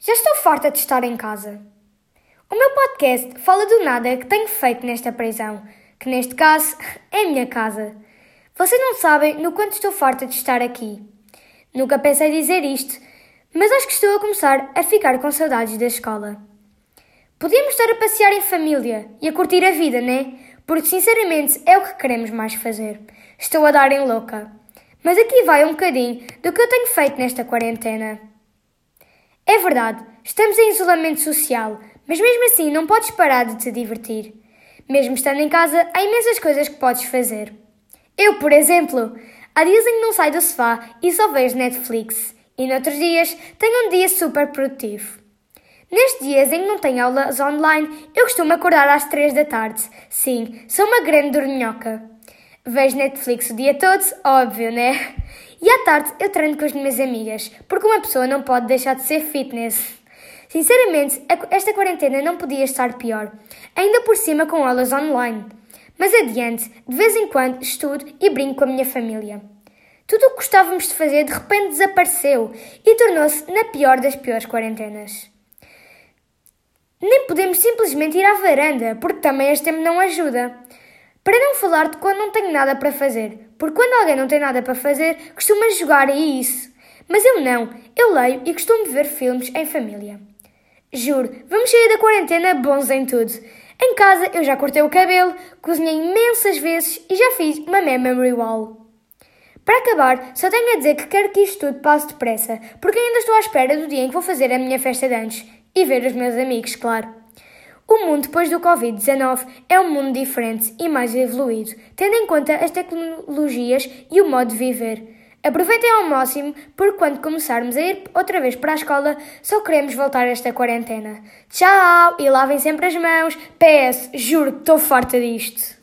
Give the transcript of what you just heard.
Já estou farta de estar em casa. O meu podcast fala do nada que tenho feito nesta prisão, que neste caso é a minha casa. Vocês não sabem no quanto estou farta de estar aqui. Nunca pensei dizer isto, mas acho que estou a começar a ficar com saudades da escola. Podíamos estar a passear em família e a curtir a vida, né? Porque sinceramente é o que queremos mais fazer. Estou a dar em louca. Mas aqui vai um bocadinho do que eu tenho feito nesta quarentena. É verdade, estamos em isolamento social, mas mesmo assim não podes parar de te divertir. Mesmo estando em casa, há imensas coisas que podes fazer. Eu, por exemplo, há dias em que não saio do sofá e só vejo Netflix. E noutros dias tenho um dia super produtivo. Nestes dias em que não tenho aulas online, eu costumo acordar às 3 da tarde. Sim, sou uma grande dorminhoca. Vejo Netflix o dia todo, óbvio, né? E à tarde eu treino com as minhas amigas, porque uma pessoa não pode deixar de ser fitness. Sinceramente, esta quarentena não podia estar pior, ainda por cima com aulas online. Mas adiante, de vez em quando estudo e brinco com a minha família. Tudo o que gostávamos de fazer de repente desapareceu e tornou-se na pior das piores quarentenas. Nem podemos simplesmente ir à varanda, porque também este tempo não ajuda. Para não falar de quando não tenho nada para fazer, porque quando alguém não tem nada para fazer, costuma jogar a isso. Mas eu não, eu leio e costumo ver filmes em família. Juro, vamos sair da quarentena bons em tudo. Em casa eu já cortei o cabelo, cozinhei imensas vezes e já fiz uma memory wall. Para acabar, só tenho a dizer que quero que isto tudo passe depressa, porque ainda estou à espera do dia em que vou fazer a minha festa de anos e ver os meus amigos, claro. O mundo depois do Covid-19 é um mundo diferente e mais evoluído, tendo em conta as tecnologias e o modo de viver. Aproveitem ao máximo, porque quando começarmos a ir outra vez para a escola, só queremos voltar a esta quarentena. Tchau! E lavem sempre as mãos. PS, juro que estou farta disto.